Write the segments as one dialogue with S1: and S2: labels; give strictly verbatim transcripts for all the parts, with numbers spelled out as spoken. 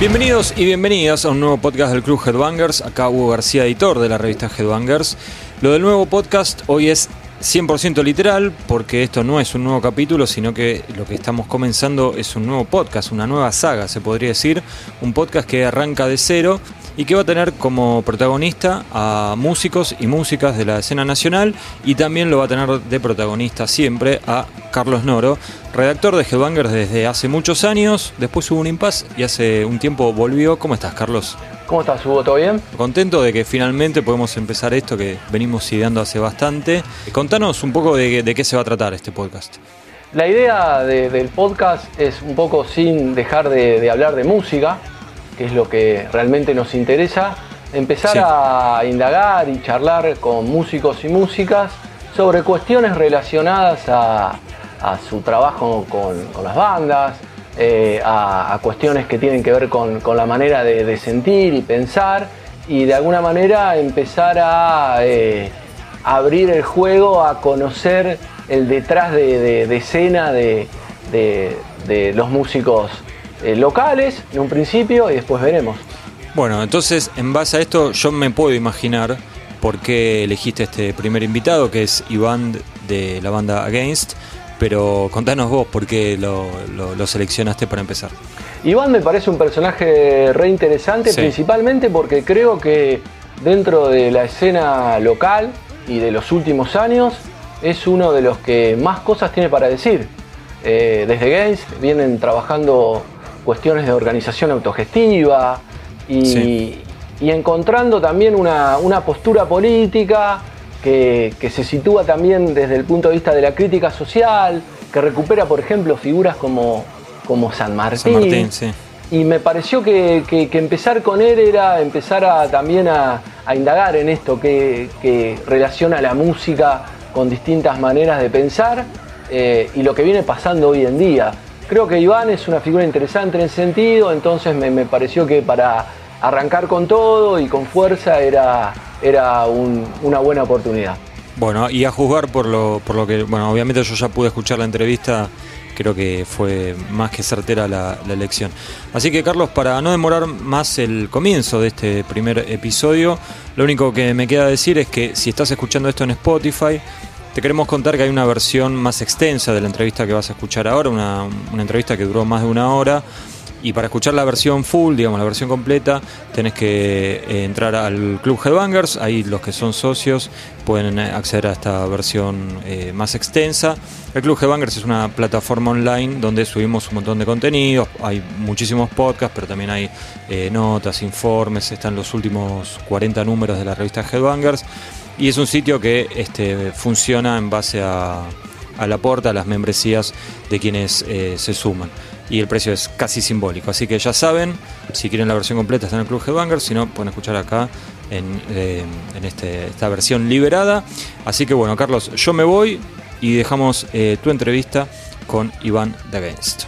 S1: Bienvenidos y bienvenidas a un nuevo podcast del Club Headbangers. Acá Hugo García, editor de la revista Headbangers. Lo del nuevo podcast hoy es cien por ciento literal, porque esto no es un nuevo capítulo, sino que lo que estamos comenzando es un nuevo podcast, una nueva saga, se podría decir. Un podcast que arranca de cero y que va a tener como protagonista a músicos y músicas de la escena nacional, y también lo va a tener de protagonista siempre a Carlos Noro, redactor de Headbangers desde hace muchos años. Después hubo un impasse y hace un tiempo volvió. ¿Cómo estás, Carlos?
S2: ¿Cómo estás, Hugo? ¿Todo bien?
S1: Contento de que finalmente podemos empezar esto que venimos ideando hace bastante. Contanos un poco de, de qué se va a tratar este podcast.
S2: La idea de, del podcast es un poco, sin dejar de, de hablar de música, que es lo que realmente nos interesa, empezar sí. a indagar y charlar con músicos y músicas sobre cuestiones relacionadas a, a su trabajo con, con las bandas, eh, a, a cuestiones que tienen que ver con, con la manera de, de sentir y pensar, y de alguna manera empezar a eh, abrir el juego, a conocer el detrás de, de, de escena de, de, de los músicos Eh, locales en un principio, y después veremos.
S1: Bueno, entonces en base a esto yo me puedo imaginar por qué elegiste este primer invitado, que es Iván de la banda Against, pero contanos vos por qué lo, lo, lo seleccionaste para empezar.
S2: Iván me parece un personaje re interesante, sí. principalmente porque creo que dentro de la escena local y de los últimos años es uno de los que más cosas tiene para decir. Eh, desde Against vienen trabajando cuestiones de organización autogestiva y, sí. y encontrando también una, una postura política que, que se sitúa también desde el punto de vista de la crítica social, que recupera, por ejemplo, figuras como, como San Martín.
S1: San Martín, sí.
S2: Y me pareció que, que, que empezar con él era empezar a, también a, a indagar en esto, que, que relaciona la música con distintas maneras de pensar eh, y lo que viene pasando hoy en día. Creo que Iván es una figura interesante en ese sentido, entonces me, me pareció que para arrancar con todo y con fuerza era, era un, una buena oportunidad.
S1: Bueno, y a juzgar por lo, por lo que, bueno, obviamente yo ya pude escuchar la entrevista, creo que fue más que certera la, la elección. Así que, Carlos, para no demorar más el comienzo de este primer episodio, lo único que me queda decir es que si estás escuchando esto en Spotify, te queremos contar que hay una versión más extensa de la entrevista que vas a escuchar ahora, una, una entrevista que duró más de una hora, y para escuchar la versión full, digamos la versión completa, tenés que eh, entrar al Club Headbangers. Ahí los que son socios pueden acceder a esta versión eh, más extensa. El Club Headbangers es una plataforma online donde subimos un montón de contenidos, hay muchísimos podcasts, pero también hay eh, notas, informes, están los últimos cuarenta números de la revista Headbangers. Y es un sitio que este, funciona en base a, al aporte, a las membresías de quienes eh, se suman. Y el precio es casi simbólico. Así que ya saben, si quieren la versión completa está en el Club Headbangers, si no pueden escuchar acá en, eh, en este, esta versión liberada. Así que bueno, Carlos, yo me voy y dejamos eh, tu entrevista con Iván de Against.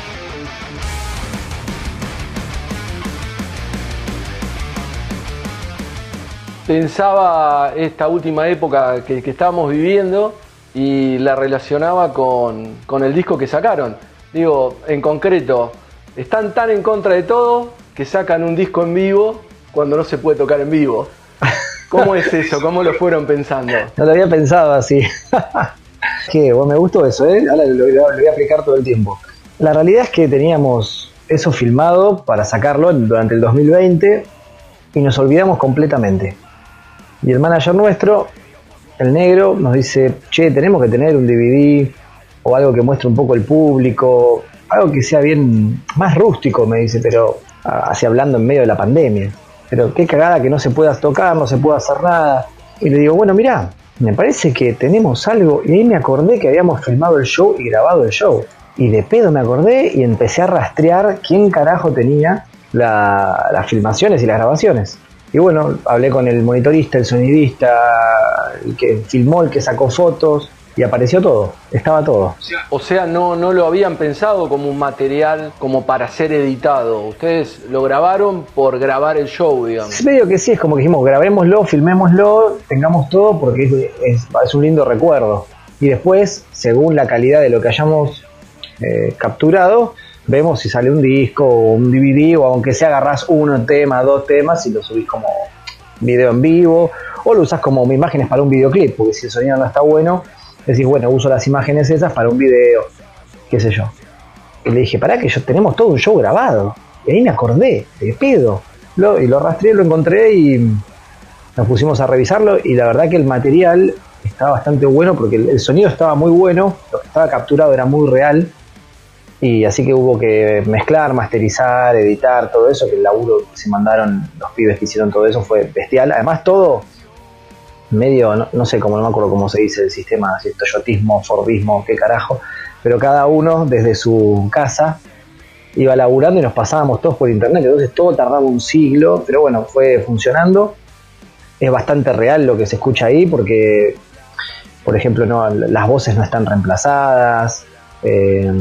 S2: Pensaba esta última época que, que estábamos viviendo y la relacionaba con, con el disco que sacaron. Digo, en concreto, están tan en contra de todo que sacan un disco en vivo cuando no se puede tocar en vivo. ¿Cómo es eso? ¿Cómo lo fueron pensando?
S3: No lo había pensado así. Que bueno, me gustó eso, ¿eh? Ahora lo, lo, lo voy a aplicar todo el tiempo. La realidad es que teníamos eso filmado para sacarlo durante el dos mil veinte y nos olvidamos completamente. Y el manager nuestro, el negro, nos dice, che, tenemos que tener un D V D o algo que muestre un poco el público, algo que sea bien más rústico, me dice, pero así hablando en medio de la pandemia. Pero qué cagada que no se pueda tocar, no se pueda hacer nada. Y le digo, bueno, mirá, me parece que tenemos algo. Y ahí me acordé que habíamos filmado el show y grabado el show. Y de pedo me acordé y empecé a rastrear quién carajo tenía la, las filmaciones y las grabaciones. Y bueno, hablé con el monitorista, el sonidista, el que filmó, el que sacó fotos, y apareció todo, estaba todo.
S2: O sea, no, no lo habían pensado como un material como para ser editado. Ustedes lo grabaron por grabar el show, digamos.
S3: Es medio que sí, es como que dijimos, grabémoslo, filmémoslo, tengamos todo porque es, es, es un lindo recuerdo. Y después, según la calidad de lo que hayamos eh, capturado, vemos si sale un disco o un D V D, o aunque sea agarrás uno tema, dos temas y lo subís como video en vivo, o lo usás como imágenes para un videoclip, porque si el sonido no está bueno, decís, bueno, uso las imágenes esas para un video, qué sé yo. Y le dije, pará que yo tenemos todo un show grabado. Y ahí me acordé, de pedo. Lo, y lo rastreé, lo encontré y nos pusimos a revisarlo, y la verdad que el material estaba bastante bueno porque el, el sonido estaba muy bueno, lo que estaba capturado era muy real, y así que hubo que mezclar, masterizar, editar, todo eso, que el laburo que se mandaron los pibes que hicieron todo eso fue bestial. Además todo medio, no, no sé cómo, no me acuerdo cómo se dice el sistema, si es toyotismo, fordismo, qué carajo, pero cada uno desde su casa iba laburando y nos pasábamos todos por internet, entonces todo tardaba un siglo, pero bueno, fue funcionando. Es bastante real lo que se escucha ahí porque, por ejemplo, no, las voces no están reemplazadas, eh,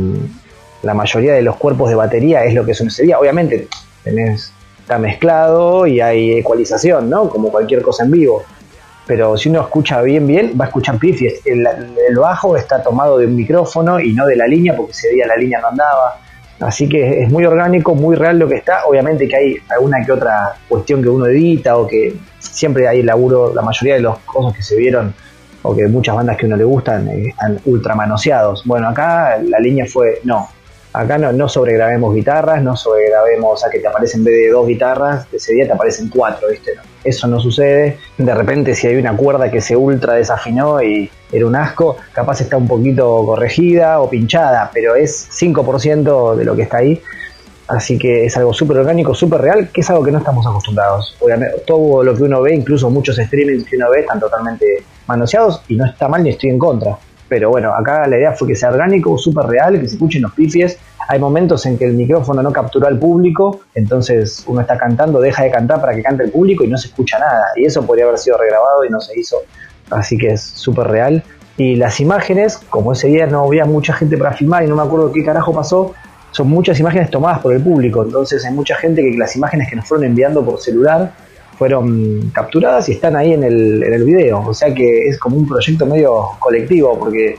S3: la mayoría de los cuerpos de batería es lo que sucedía. Obviamente tenés, está mezclado y hay ecualización, ¿no? Como cualquier cosa en vivo. Pero si uno escucha bien, bien, va a escuchar pifies. El, el bajo está tomado de un micrófono y no de la línea, porque ese día la línea no andaba. Así que es muy orgánico, muy real lo que está. Obviamente que hay alguna que otra cuestión que uno edita, o que siempre hay laburo. La mayoría de las cosas que se vieron, o que muchas bandas que a uno le gustan, eh, están ultra manoseados. Bueno, acá la línea fue, no, acá no, no sobregrabemos guitarras, no sobregrabemos, o sea, que te aparecen en vez de dos guitarras, ese día te aparecen cuatro, ¿viste? No, eso no sucede. De repente, si hay una cuerda que se ultra desafinó y era un asco, capaz está un poquito corregida o pinchada, pero es cinco por ciento de lo que está ahí. Así que es algo súper orgánico, súper real, que es algo que no estamos acostumbrados. Obviamente, todo lo que uno ve, incluso muchos streamings que uno ve, están totalmente manoseados, y no está mal ni estoy en contra. Pero bueno, acá la idea fue que sea orgánico, súper real, que se escuchen los pifies. Hay momentos en que el micrófono no capturó al público, entonces uno está cantando, deja de cantar para que cante el público y no se escucha nada. Y eso podría haber sido regrabado y no se hizo. Así que es súper real. Y las imágenes, como ese día no había mucha gente para filmar y no me acuerdo qué carajo pasó, son muchas imágenes tomadas por el público. Entonces hay mucha gente que las imágenes que nos fueron enviando por celular fueron capturadas y están ahí en el, en el video. O sea que es como un proyecto medio colectivo, porque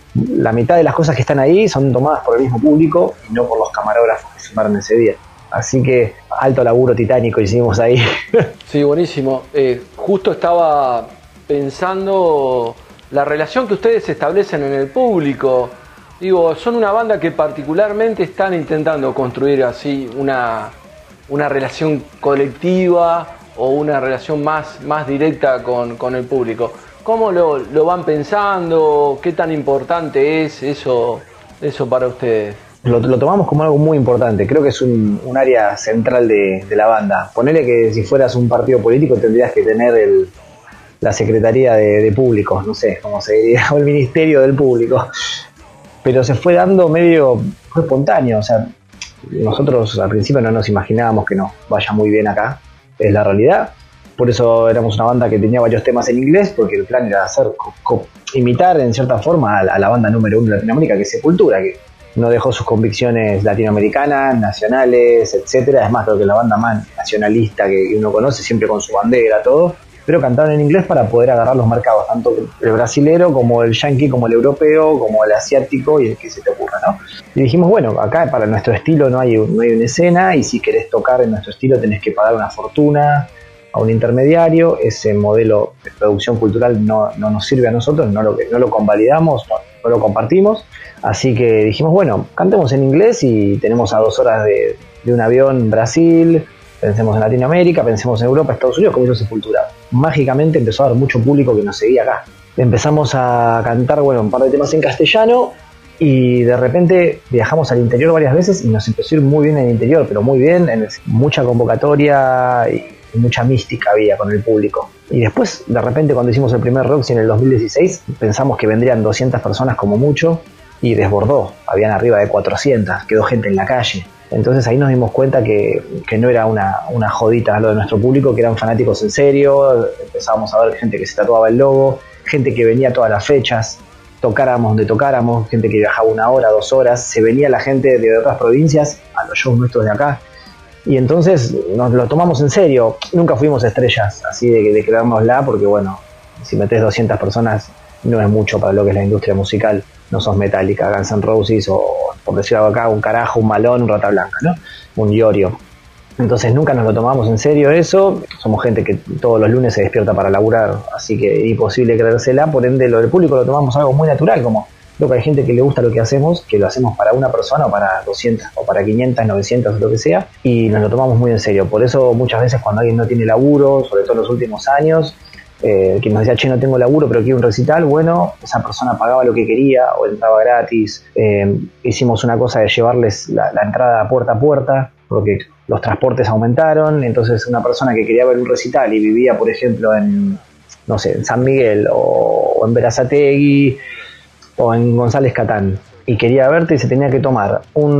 S3: la mitad de las cosas que están ahí son tomadas por el mismo público y no por los camarógrafos que filmaron ese día. Así que alto laburo titánico hicimos ahí.
S2: Sí, buenísimo. Eh, justo estaba pensando la relación que ustedes establecen en el público. Digo, son una banda que particularmente están intentando construir así una, una relación colectiva o una relación más, más directa con, con el público. ¿Cómo lo, lo van pensando? ¿Qué tan importante es eso, eso para ustedes?
S3: Lo, lo tomamos como algo muy importante. Creo que es un, un área central de, de la banda. Ponele que si fueras un partido político tendrías que tener el, la Secretaría de, de Públicos, no sé cómo se diría, o el Ministerio del Público. Pero se fue dando medio, fue espontáneo. O sea, nosotros al principio no nos imaginábamos que nos vaya muy bien acá. Es la realidad. Por eso éramos una banda que tenía varios temas en inglés, porque el plan era hacer co- co- imitar en cierta forma a, a la banda número uno de Latinoamérica, que es Sepultura, que no dejó sus convicciones latinoamericanas, nacionales, etcétera. Es más, creo que la banda más nacionalista que uno conoce, siempre con su bandera, todo, pero cantaron en inglés para poder agarrar los mercados, tanto el brasilero como el yankee, como el europeo, como el asiático y el que se te ocurra, ¿no? Y dijimos, bueno, acá para nuestro estilo no hay, no hay una escena, y si querés tocar en nuestro estilo tenés que pagar una fortuna a un intermediario. Ese modelo de producción cultural no, no nos sirve a nosotros, no lo, no lo convalidamos, no, no lo compartimos. Así que dijimos, bueno, cantemos en inglés y tenemos a dos horas de, de un avión en Brasil, pensemos en Latinoamérica, pensemos en Europa, Estados Unidos, como hizo Sepultura. Mágicamente empezó a haber mucho público que nos seguía acá. Empezamos a cantar, bueno, un par de temas en castellano, y de repente viajamos al interior varias veces y nos empezó a ir muy bien en el interior, pero muy bien, en el, mucha convocatoria y mucha mística había con el público. Y después, de repente, cuando hicimos el primer Roxy en el dos mil dieciséis, pensamos que vendrían doscientas personas como mucho, y desbordó, habían arriba de cuatrocientas, quedó gente en la calle. Entonces ahí nos dimos cuenta que, que no era una, una jodita lo de nuestro público, que eran fanáticos en serio. Empezamos a ver gente que se tatuaba el logo, gente que venía todas las fechas, tocáramos donde tocáramos, gente que viajaba una hora, dos horas, se venía la gente de otras provincias a los shows nuestros de acá. Y entonces nos lo tomamos en serio. Nunca fuimos estrellas así de, de creérnosla, porque bueno, si metés doscientas personas no es mucho para lo que es la industria musical. No sos Metallica, Guns N' Roses o por decirlo acá, un carajo, un malón, un rata blanca, ¿no? Un iorio. Entonces nunca nos lo tomamos en serio eso, somos gente que todos los lunes se despierta para laburar, así que imposible creérsela, por ende lo del público lo tomamos algo muy natural, como creo que hay gente que le gusta lo que hacemos, que lo hacemos para una persona o para doscientas o para quinientas, novecientas o lo que sea, y nos lo tomamos muy en serio. Por eso muchas veces cuando alguien no tiene laburo, sobre todo en los últimos años, eh, que nos decía, che, no tengo laburo pero quiero un recital, bueno, esa persona pagaba lo que quería o entraba gratis. Eh, hicimos una cosa de llevarles la, la entrada puerta a puerta, porque los transportes aumentaron, entonces una persona que quería ver un recital y vivía, por ejemplo, en, no sé, en San Miguel o, o en Berazategui o en González Catán, y quería verte y se tenía que tomar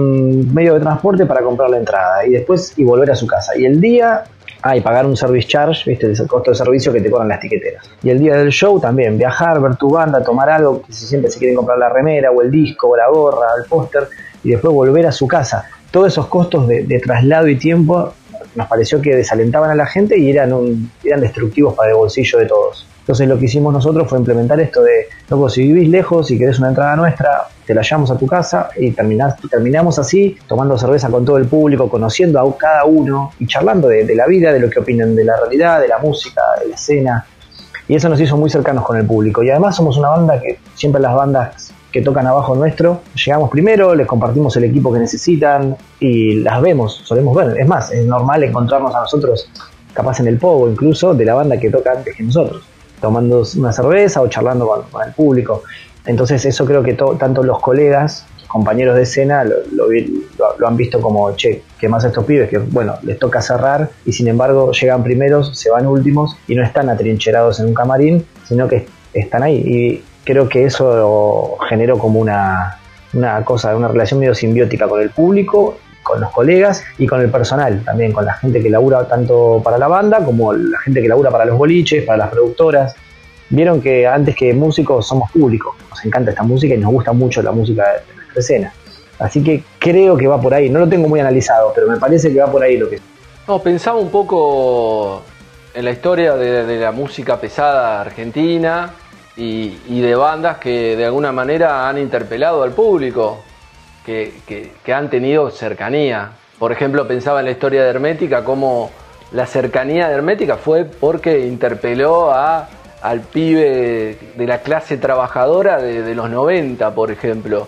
S3: un medio de transporte para comprar la entrada y después y volver a su casa. Y el día, ah, y pagar un service charge, viste, el costo de servicio que te cobran las tiqueteras. Y el día del show también, viajar, ver tu banda, tomar algo, que si siempre se quieren comprar la remera o el disco o la gorra, el póster, y después volver a su casa. Todos esos costos de, de traslado y tiempo nos pareció que desalentaban a la gente y eran, un, eran destructivos para el bolsillo de todos. Entonces lo que hicimos nosotros fue implementar esto de, loco, si vivís lejos y querés una entrada nuestra, te la llevamos a tu casa y terminás, terminamos así, tomando cerveza con todo el público, conociendo a cada uno y charlando de, de la vida, de lo que opinan de la realidad, de la música, de la escena. Y eso nos hizo muy cercanos con el público. Y además somos una banda que siempre las bandas que tocan abajo nuestro, llegamos primero, les compartimos el equipo que necesitan y las vemos, solemos ver. Es más, es normal encontrarnos a nosotros, capaz en el pogo incluso, de la banda que toca antes que nosotros, tomando una cerveza o charlando con, con el público. Entonces eso creo que to, tanto los colegas, compañeros de escena, lo, lo, lo, lo han visto como, che, que más estos pibes, que bueno, les toca cerrar y sin embargo llegan primeros, se van últimos y no están atrincherados en un camarín, sino que están ahí. Y creo que eso generó como una, una cosa, una relación medio simbiótica con el público, con los colegas y con el personal, también con la gente que labura tanto para la banda como la gente que labura para los boliches, para las productoras. Vieron que antes que músicos somos público, nos encanta esta música y nos gusta mucho la música de nuestra escena. Así que creo que va por ahí, no lo tengo muy analizado, pero me parece que va por ahí lo que...
S2: No, pensaba un poco en la historia de, de la música pesada argentina, Y, y de bandas que de alguna manera han interpelado al público, que, que, que han tenido cercanía. Por ejemplo, pensaba en la historia de Hermética, cómo la cercanía de Hermética fue porque interpeló a, al pibe de la clase trabajadora de, de los noventa, por ejemplo.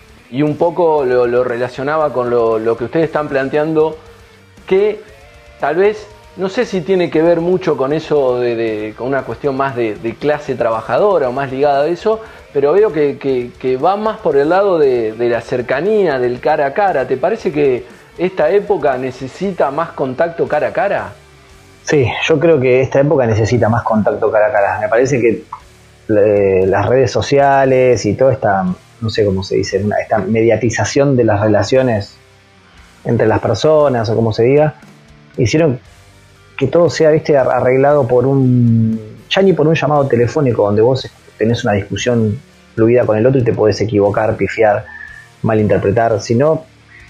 S2: Y un poco lo, lo relacionaba con lo, lo que ustedes están planteando, que tal vez... No sé si tiene que ver mucho con eso, de, de, con una cuestión más de, de clase trabajadora o más ligada a eso, pero veo que, que, que va más por el lado de, de la cercanía, del cara a cara. ¿Te parece que esta época necesita más contacto cara a cara?
S3: Sí, yo creo que esta época necesita más contacto cara a cara. Me parece que eh, las redes sociales y toda esta, no sé cómo se dice, una, esta mediatización de las relaciones entre las personas o como se diga, hicieron que todo sea, viste, arreglado por un, ya ni por un llamado telefónico donde vos tenés una discusión fluida con el otro y te podés equivocar, pifiar, malinterpretar, sino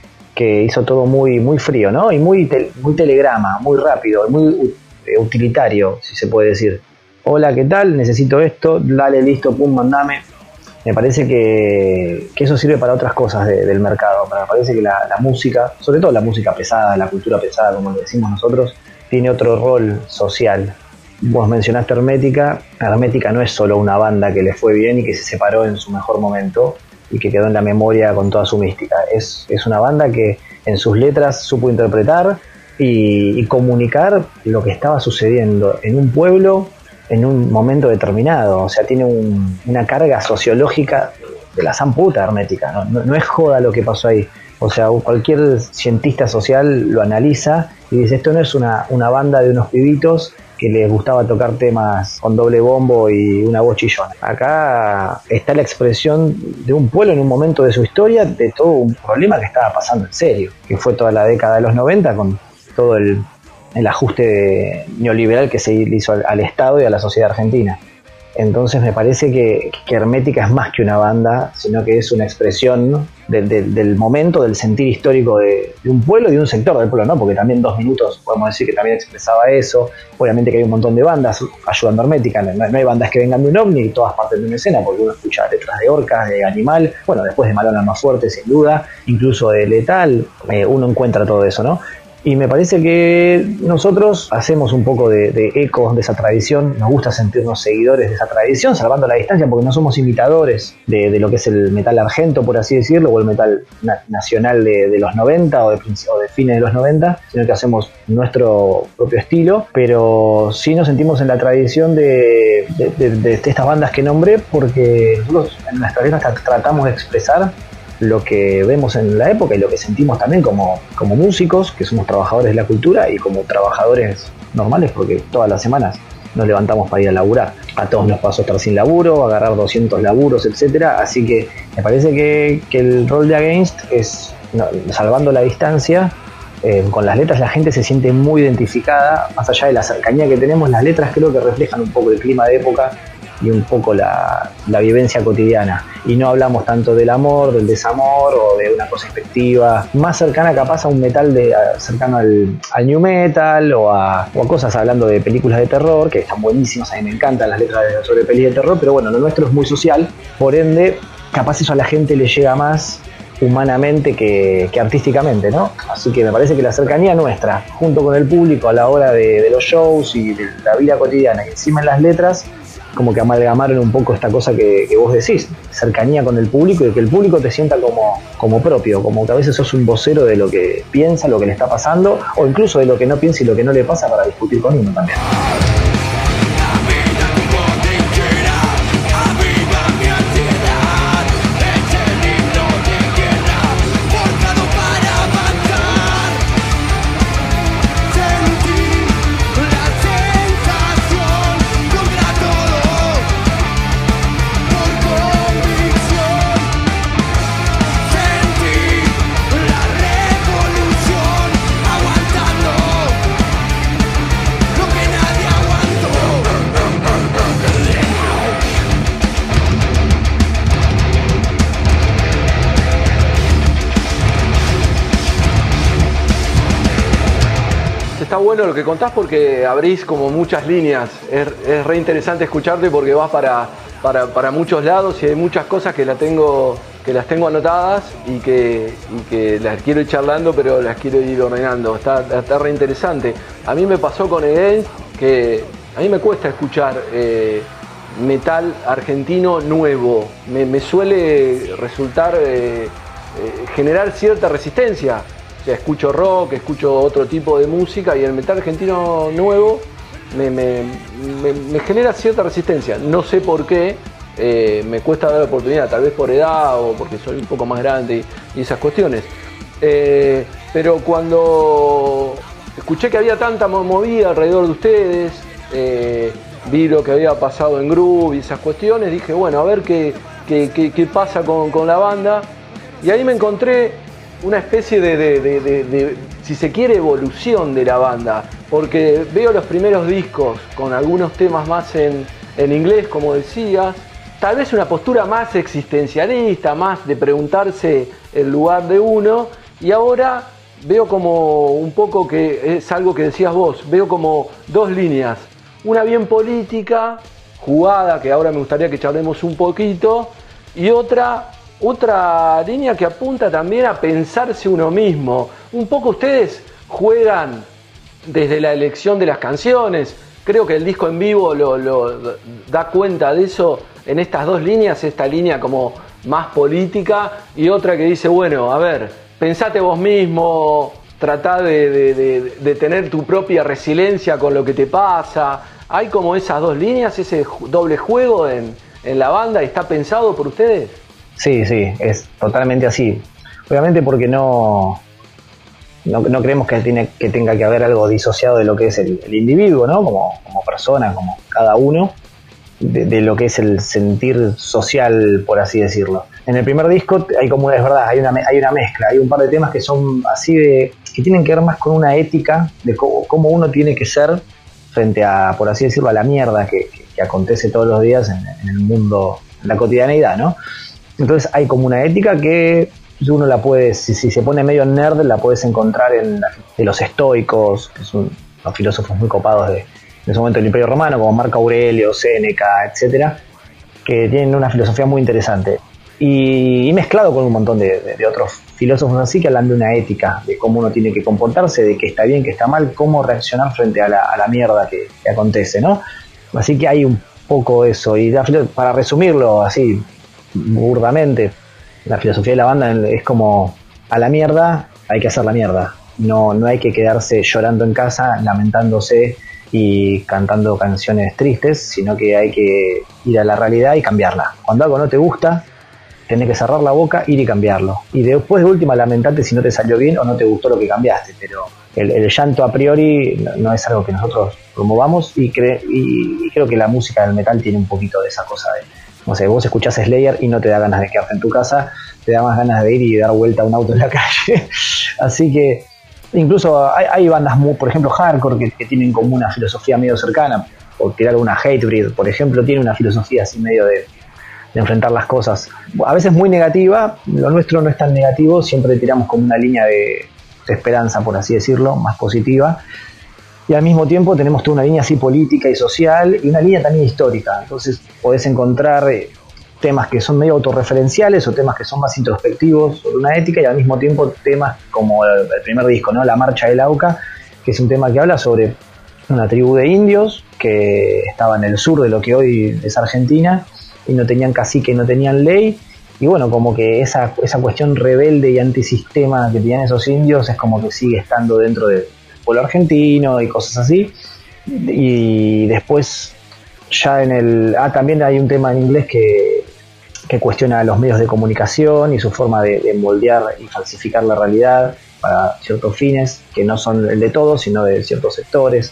S3: que hizo todo muy, muy frío, ¿no? Y muy, te, muy telegrama, muy rápido, muy utilitario, si se puede decir. Hola, ¿qué tal? Necesito esto, dale, listo, pum, mandame. Me parece que, que eso sirve para otras cosas de, del mercado. Me parece que la, la música, sobre todo la música pesada, la cultura pesada, como le decimos nosotros, tiene otro rol social. Vos mencionaste Hermética. Hermética no es solo una banda que le fue bien y que se separó en su mejor momento y que quedó en la memoria con toda su mística. Es, es una banda que en sus letras supo interpretar y, y comunicar lo que estaba sucediendo en un pueblo en un momento determinado. O sea, tiene un, una carga sociológica de la san puta Hermética. No, no, no es joda lo que pasó ahí. O sea, cualquier cientista social lo analiza y dice, esto no es una, una banda de unos pibitos que les gustaba tocar temas con doble bombo y una voz chillona. Acá está la expresión de un pueblo en un momento de su historia de todo un problema que estaba pasando en serio, que fue toda la década de los noventa con todo el, el ajuste neoliberal que se hizo al, al Estado y a la sociedad argentina. Entonces me parece que, que Hermética es más que una banda, sino que es una expresión de, de, del momento, del sentir histórico de, de un pueblo y de un sector del pueblo, ¿no? Porque también Dos Minutos podemos decir que también expresaba eso. Obviamente que hay un montón de bandas, Ayudando Hermética, no, no hay bandas que vengan de un ovni y todas parten de una escena, porque uno escucha letras de Orcas, de Animal, bueno, después de Malona Más Fuerte sin duda, incluso de Letal, eh, uno encuentra todo eso, ¿no? Y me parece que nosotros hacemos un poco de, de eco de esa tradición, nos gusta sentirnos seguidores de esa tradición, salvando la distancia, porque no somos imitadores de, de lo que es el metal argento, por así decirlo, o el metal na- nacional de, de los noventa o de, o de fines de los noventa, sino que hacemos nuestro propio estilo, pero sí nos sentimos en la tradición de, de, de, de estas bandas que nombré, porque nosotros en nuestra vida tratamos de expresar lo que vemos en la época y lo que sentimos también como, como músicos, que somos trabajadores de la cultura, y como trabajadores normales, porque todas las semanas nos levantamos para ir a laburar. A todos nos pasó estar sin laburo, agarrar doscientos laburos, etcétera. Así que me parece que, que el rol de Against es, no, salvando la distancia, eh, con las letras la gente se siente muy identificada, más allá de la cercanía que tenemos, las letras creo que reflejan un poco el clima de época y un poco la, la vivencia cotidiana, y no hablamos tanto del amor, del desamor o de una cosa expectativa, más cercana capaz a un metal de, a, cercano al, al new metal o a, o a cosas hablando de películas de terror, que están buenísimas, a mí me encantan las letras de, sobre pelis de terror, pero bueno, lo nuestro es muy social, por ende capaz eso a la gente le llega más humanamente que, que artísticamente, ¿no? Así que me parece que la cercanía nuestra, junto con el público a la hora de, de los shows y de la vida cotidiana, y encima en las letras, como que amalgamaron un poco esta cosa que, que vos decís, cercanía con el público y que el público te sienta como, como propio, como que a veces sos un vocero de lo que piensa, lo que le está pasando, o incluso de lo que no piensa y lo que no le pasa para discutir con uno también.
S2: Está bueno lo que contás porque abrís como muchas líneas. Es, es re interesante escucharte porque vas para, para, para muchos lados y hay muchas cosas que, la tengo, que las tengo anotadas y que, y que las quiero ir charlando, pero las quiero ir ordenando. Está, está re interesante. A mí me pasó con Against que a mí me cuesta escuchar eh, metal argentino nuevo. Me, me suele resultar eh, eh, generar cierta resistencia. O sea, escucho rock, escucho otro tipo de música y el metal argentino nuevo me, me, me, me genera cierta resistencia. No sé por qué, eh, me cuesta dar la oportunidad, tal vez por edad o porque soy un poco más grande y, y esas cuestiones. Eh, pero cuando escuché que había tanta movida alrededor de ustedes, eh, vi lo que había pasado en Groove y esas cuestiones, dije, bueno, a ver qué, qué, qué, qué pasa con, con la banda. Y ahí me encontré una especie de, de, de, de, de, si se quiere, evolución de la banda, porque veo los primeros discos con algunos temas más en, en inglés, como decías, tal vez una postura más existencialista, más de preguntarse el lugar de uno, y ahora veo como un poco que es algo que decías vos, veo como dos líneas, una bien política, jugada, que ahora me gustaría que charlemos un poquito, y otra... Otra línea que apunta también a pensarse uno mismo. Un poco ustedes juegan desde la elección de las canciones. Creo que el disco en vivo lo, lo da cuenta de eso en estas dos líneas. Esta línea como más política y otra que dice, bueno, a ver, pensate vos mismo, tratá de, de, de, de tener tu propia resiliencia con lo que te pasa. Hay como esas dos líneas, ese doble juego en, en la banda. ¿Está pensado por ustedes?
S3: Sí, sí, es totalmente así. Obviamente porque no, no, no creemos que, tiene, que tenga que haber algo disociado de lo que es el, el individuo, ¿no? Como, como persona, como cada uno, de, de lo que es el sentir social, por así decirlo. En el primer disco hay como, es verdad, hay una, hay una mezcla, hay un par de temas que son así de, que tienen que ver más con una ética de cómo, cómo uno tiene que ser frente a, por así decirlo, a la mierda que, que, que acontece todos los días en, en el mundo, en la cotidianeidad, ¿no? Entonces hay como una ética que uno la puede, si, si se pone medio nerd, la puedes encontrar en, en los estoicos, que son los filósofos muy copados de, de ese momento del Imperio Romano, como Marco Aurelio, Séneca, etcétera, que tienen una filosofía muy interesante. Y, y mezclado con un montón de, de, de otros filósofos así, que hablan de una ética, de cómo uno tiene que comportarse, de qué está bien, qué está mal, cómo reaccionar frente a la, a la mierda que, que acontece, ¿no? Así que hay un poco eso. Y la, para resumirlo así, burdamente, la filosofía de la banda es como: a la mierda hay que hacer la mierda. No, no hay que quedarse llorando en casa, lamentándose y cantando canciones tristes, sino que hay que ir a la realidad y cambiarla. Cuando algo no te gusta, tenés que cerrar la boca, ir y cambiarlo. Y después de última lamentarte si no te salió bien o no te gustó lo que cambiaste, pero el, el llanto a priori no, no es algo que nosotros promovamos, y, cre- y, y creo que la música del metal tiene un poquito de esa cosa de, no sé, vos escuchás Slayer y no te da ganas de quedarte en tu casa, te da más ganas de ir y dar vuelta a un auto en la calle. Así que incluso hay, hay bandas, muy, por ejemplo, hardcore, que, que tienen como una filosofía medio cercana. Por tirar una Hatebreed, por ejemplo, tiene una filosofía así medio de, de enfrentar las cosas. A veces muy negativa, lo nuestro no es tan negativo, siempre tiramos como una línea de, de esperanza, por así decirlo, más positiva. Y al mismo tiempo tenemos toda una línea así política y social, y una línea también histórica. Entonces podés encontrar eh, temas que son medio autorreferenciales o temas que son más introspectivos sobre una ética, y al mismo tiempo temas como el, el primer disco, ¿no? La Marcha del Auca, que es un tema que habla sobre una tribu de indios que estaba en el sur de lo que hoy es Argentina, y no tenían cacique, no tenían ley, y bueno, como que esa, esa cuestión rebelde y antisistema que tenían esos indios es como que sigue estando dentro del pueblo argentino y cosas así. Y después ya en el... Ah, también hay un tema en inglés que, que cuestiona los medios de comunicación y su forma de, de moldear y falsificar la realidad para ciertos fines, que no son el de todos, sino de ciertos sectores.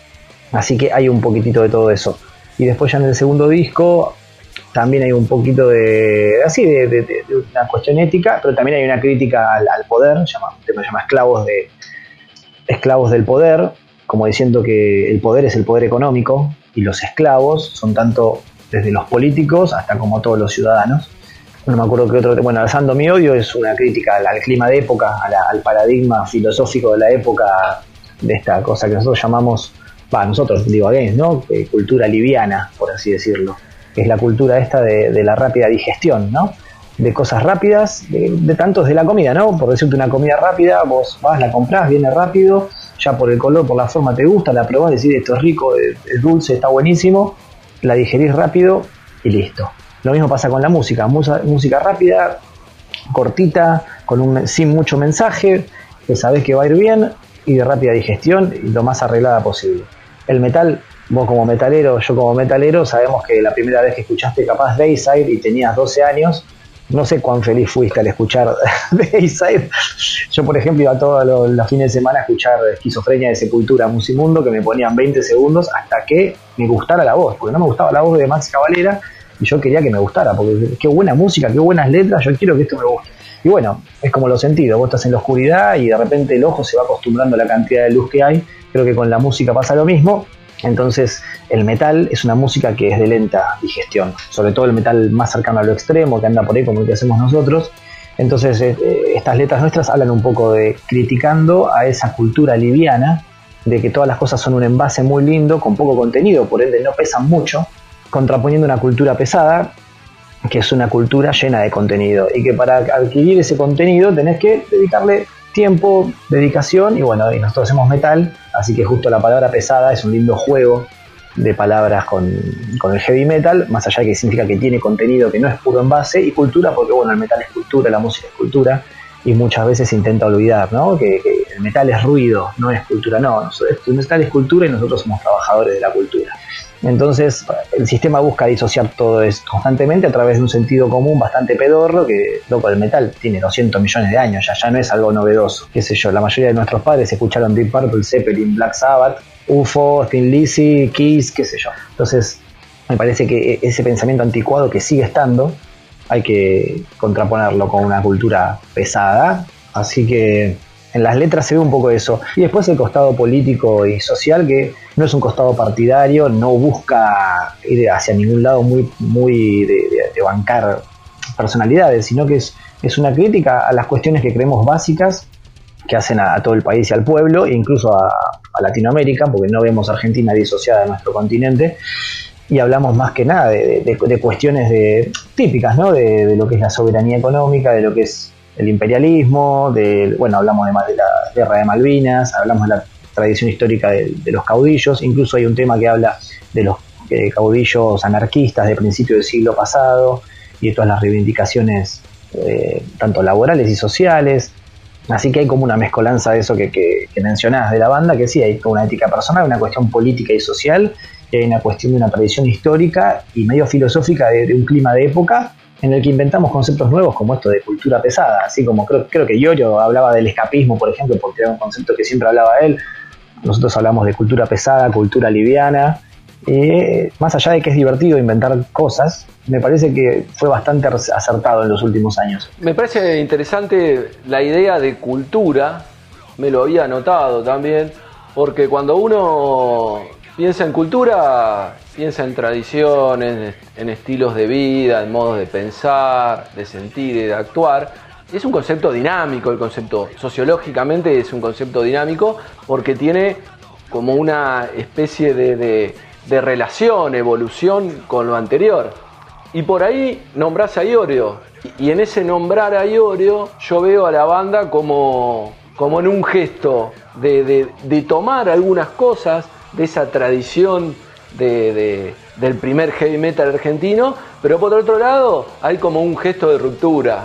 S3: Así que hay un poquitito de todo eso. Y después ya en el segundo disco también hay un poquito de así de, de, de una cuestión ética, pero también hay una crítica al, al poder, llama, un tema se llama esclavos de esclavos del poder, como diciendo que el poder es el poder económico y los esclavos son tanto desde los políticos hasta como todos los ciudadanos. No me acuerdo qué otro, bueno, Alzando mi odio es una crítica al, al clima de época, a la, al paradigma filosófico de la época, de esta cosa que nosotros llamamos, va, nosotros digo again, ¿no? Eh, cultura liviana, por así decirlo. Es la cultura esta de, de la rápida digestión, ¿no? De cosas rápidas, de, de tantos de la comida, ¿no? Por decirte una comida rápida, vos vas, la comprás, viene rápido, ya por el color, por la forma te gusta, la probás, decís esto es rico, es, es dulce, está buenísimo, la digerís rápido y listo. Lo mismo pasa con la música, Musa, música rápida, cortita, con un, sin mucho mensaje, que sabés que va a ir bien, y de rápida digestión y lo más arreglada posible. El metal, vos como metalero, yo como metalero, sabemos que la primera vez que escuchaste capaz Dayside y tenías doce años, no sé cuán feliz fuiste al escuchar Dayside. Yo, por ejemplo, iba todos los, los fines de semana a escuchar Esquizofrenia de Sepultura, Musimundo, que me ponían veinte segundos hasta que me gustara la voz, porque no me gustaba la voz de Maxi Cavalera y yo quería que me gustara, porque qué buena música, qué buenas letras, yo quiero que esto me guste. Y bueno, es como los sentidos, vos estás en la oscuridad y de repente el ojo se va acostumbrando a la cantidad de luz que hay. Creo que con la música pasa lo mismo. Entonces el metal es una música que es de lenta digestión, sobre todo el metal más cercano a lo extremo, que anda por ahí como el que hacemos nosotros. Entonces eh, estas letras nuestras hablan un poco de criticando a esa cultura liviana, de que todas las cosas son un envase muy lindo, con poco contenido, por ende no pesan mucho, contraponiendo una cultura pesada, que es una cultura llena de contenido, y que para adquirir ese contenido tenés que dedicarle tiempo, dedicación, y bueno, y nosotros hacemos metal, así que justo la palabra pesada es un lindo juego de palabras con, con el heavy metal, más allá de que significa que tiene contenido que no es puro envase, y cultura, porque bueno, el metal es cultura, la música es cultura, y muchas veces se intenta olvidar, ¿no? Que, que el metal es ruido, no es cultura, no, el metal es cultura y nosotros somos trabajadores de la cultura. Entonces el sistema busca disociar todo esto constantemente a través de un sentido común bastante pedorro, que loco, el metal tiene doscientos millones de años, ya, ya no es algo novedoso, qué sé yo, la mayoría de nuestros padres escucharon Deep Purple, Zeppelin, Black Sabbath, U F O, Thin Lizzy, Kiss, qué sé yo. Entonces me parece que ese pensamiento anticuado que sigue estando hay que contraponerlo con una cultura pesada, así que en las letras se ve un poco eso. Y después el costado político y social, que no es un costado partidario, no busca ir hacia ningún lado muy, muy de, de, de bancar personalidades, sino que es es una crítica a las cuestiones que creemos básicas que hacen a, a todo el país y al pueblo, e incluso a, a Latinoamérica, porque no vemos a Argentina disociada de nuestro continente, y hablamos más que nada de, de, de cuestiones de, típicas, ¿no? De, de lo que es la soberanía económica, de lo que es el imperialismo, de, bueno, hablamos de, de la guerra de Malvinas, hablamos de la tradición histórica de, de los caudillos, incluso hay un tema que habla de los eh, caudillos anarquistas de principio del siglo pasado y de todas las reivindicaciones eh, tanto laborales y sociales. Así que hay como una mezcolanza de eso que, que, que mencionás de la banda, que sí, hay una ética personal, una cuestión política y social, y hay una cuestión de una tradición histórica y medio filosófica de, de un clima de época en el que inventamos conceptos nuevos como esto de cultura pesada, así como creo, creo que Iorio hablaba del escapismo, por ejemplo, porque era un concepto que siempre hablaba él. Nosotros hablamos de cultura pesada, cultura liviana, y más allá de que es divertido inventar cosas, me parece que fue bastante acertado en los últimos años.
S2: Me parece interesante la idea de cultura, me lo había notado también, porque cuando uno piensa en cultura, piensa en tradiciones, en estilos de vida, en modos de pensar, de sentir y de actuar. Es un concepto dinámico, el concepto sociológicamente es un concepto dinámico porque tiene como una especie de, de, de relación, evolución con lo anterior. Y por ahí nombrás a Iorio, y en ese nombrar a Iorio yo veo a la banda como, como en un gesto de, de, de tomar algunas cosas de esa tradición de, de, del primer heavy metal argentino, pero por otro lado hay como un gesto de ruptura,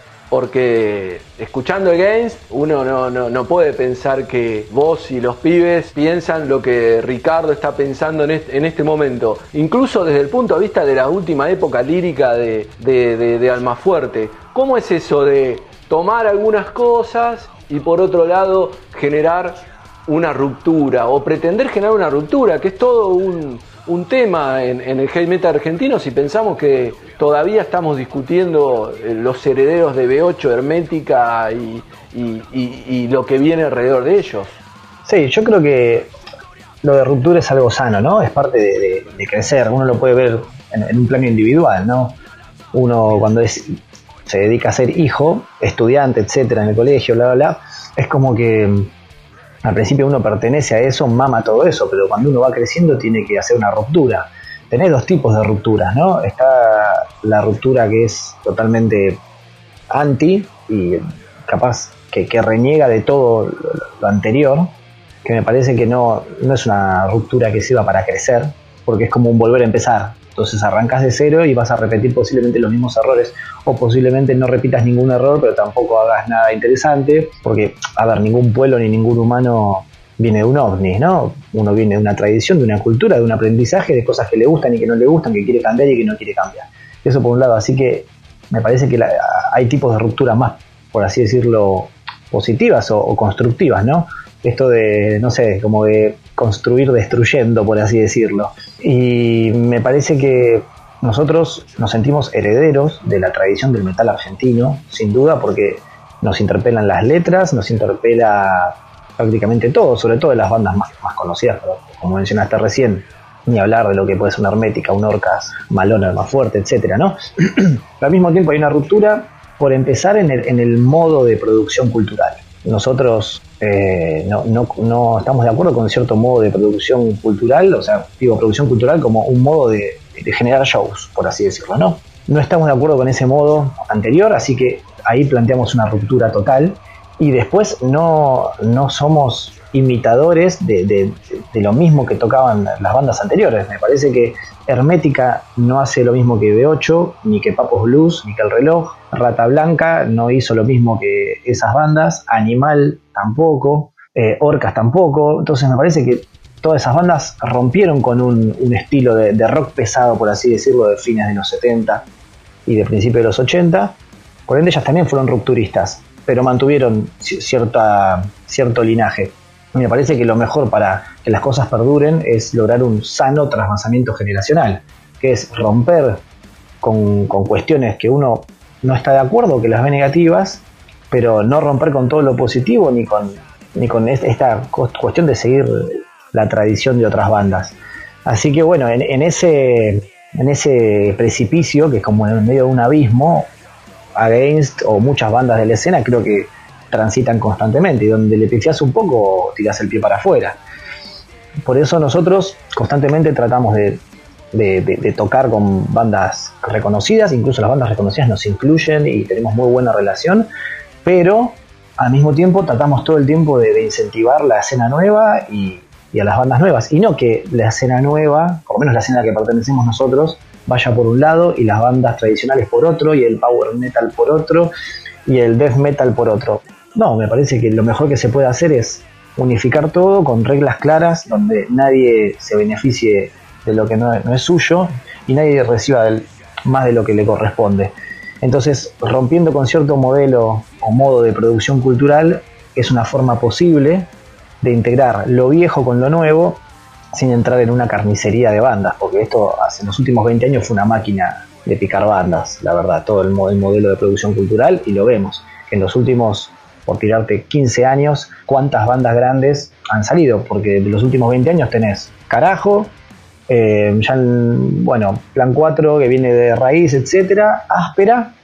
S2: porque escuchando Against uno no, no, no puede pensar que vos y los pibes piensan lo que Ricardo está pensando en este, en este momento, incluso desde el punto de vista de la última época lírica de, de, de, de Almafuerte. ¿Cómo es eso de tomar algunas cosas y por otro lado generar una ruptura o pretender generar una ruptura, que es todo un, un tema en, en el heavy metal argentino si pensamos que todavía estamos discutiendo los herederos de B ocho, Hermética y, y, y, y lo que viene alrededor de ellos?
S3: Sí, yo creo que lo de ruptura es algo sano, ¿no? Es parte de, de, de crecer, uno lo puede ver en, en un plano individual, ¿no? Uno cuando es, se dedica a ser hijo, estudiante, etcétera, en el colegio, bla, bla, bla, es como que al principio uno pertenece a eso, mama todo eso, pero cuando uno va creciendo tiene que hacer una ruptura. Tenés dos tipos de rupturas, ¿no? Está la ruptura que es totalmente anti y capaz que, que reniega de todo lo, lo anterior, que me parece que no, no es una ruptura que sirva para crecer, porque es como un volver a empezar. Entonces arrancas de cero y vas a repetir posiblemente los mismos errores, o posiblemente no repitas ningún error, pero tampoco hagas nada interesante, porque, a ver, ningún pueblo ni ningún humano viene de un ovni, ¿no? Uno viene de una tradición, de una cultura, de un aprendizaje, de cosas que le gustan y que no le gustan, que quiere cambiar y que no quiere cambiar. Eso por un lado, así que me parece que la, hay tipos de rupturas más, por así decirlo, positivas o, o constructivas, ¿no? Esto de, no sé, como de construir destruyendo, por así decirlo. Y me parece que nosotros nos sentimos herederos de la tradición del metal argentino, sin duda, porque nos interpelan las letras, nos interpela prácticamente todo, sobre todo de las bandas más, más conocidas, pero como mencionaste recién, ni hablar de lo que puede ser una Hermética, un Orcas, Malona, Almafuerte, etcétera, ¿no? Pero al mismo tiempo hay una ruptura, por empezar, en el, en el modo de producción cultural. Nosotros eh, no, no, no estamos de acuerdo con cierto modo de producción cultural, o sea, digo producción cultural como un modo de, de generar shows, por así decirlo, ¿no? No estamos de acuerdo con ese modo anterior, así que ahí planteamos una ruptura total. Y después no, no somos imitadores de, de, de lo mismo que tocaban las bandas anteriores. Me parece que Hermética no hace lo mismo que B ocho, ni que Papos Blues, ni que El Reloj. Rata Blanca no hizo lo mismo que esas bandas. Animal tampoco. Eh, Orcas tampoco. Entonces me parece que todas esas bandas rompieron con un, un estilo de, de rock pesado, por así decirlo, de fines de los setenta y de principios de los ochenta. Por ende ellas también fueron rupturistas, pero mantuvieron cierta, cierto linaje. Me parece que lo mejor para que las cosas perduren es lograr un sano trasvasamiento generacional, que es romper con, con cuestiones que uno no está de acuerdo, que las ve negativas, pero no romper con todo lo positivo ni con, ni con esta cuestión de seguir la tradición de otras bandas. Así que bueno, en, en, ese, en ese precipicio, que es como en medio de un abismo, Against o muchas bandas de la escena creo que transitan constantemente, y donde le pifias un poco tirás el pie para afuera. Por eso nosotros constantemente tratamos de, de, de, de tocar con bandas reconocidas, incluso las bandas reconocidas nos incluyen y tenemos muy buena relación, pero al mismo tiempo tratamos todo el tiempo de, de incentivar la escena nueva y, y a las bandas nuevas, y no que la escena nueva, por lo menos la escena a la que pertenecemos nosotros, vaya por un lado y las bandas tradicionales por otro, y el power metal por otro, y el death metal por otro. No, me parece que lo mejor que se puede hacer es unificar todo con reglas claras, donde nadie se beneficie de lo que no, no es suyo y nadie reciba del, más de lo que le corresponde. Entonces, rompiendo con cierto modelo o modo de producción cultural, es una forma posible de integrar lo viejo con lo nuevo sin entrar en una carnicería de bandas, porque esto hace los últimos veinte años fue una máquina de picar bandas, la verdad, todo el, el modelo de producción cultural, y lo vemos. En los últimos, por tirarte quince años, cuántas bandas grandes han salido, porque en los últimos veinte años tenés Carajo, eh, ya, bueno, Plan cuatro que viene de raíz, etcétera, Áspera,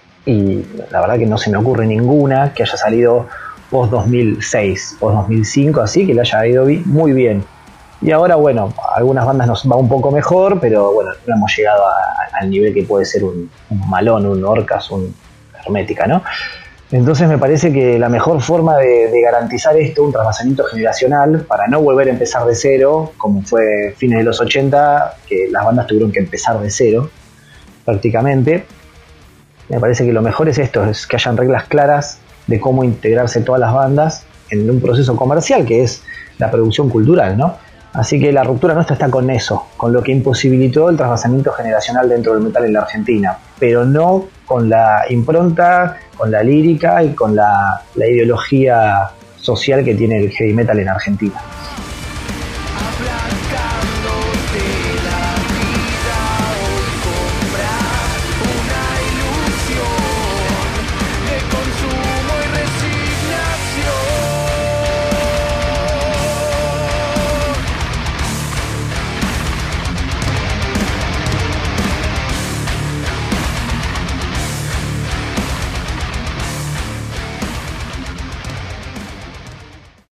S3: y la verdad que no se me ocurre ninguna que haya salido post dos mil seis, post dos mil cinco, así que le haya ido muy bien. Y ahora, bueno, algunas bandas nos va un poco mejor, pero bueno, no hemos llegado a, al nivel que puede ser un, un Malón, un Orcas, un Hermética, ¿no? Entonces me parece que la mejor forma de, de garantizar esto, un trasvasamiento generacional, para no volver a empezar de cero, como fue fines de los ochenta, que las bandas tuvieron que empezar de cero, prácticamente, me parece que lo mejor es esto, es que hayan reglas claras de cómo integrarse todas las bandas en un proceso comercial, que es la producción cultural, ¿no? Así que la ruptura nuestra está con eso, con lo que imposibilitó el trasvasamiento generacional dentro del metal en la Argentina, pero no con la impronta, con la lírica y con la, la ideología social que tiene el heavy metal en Argentina.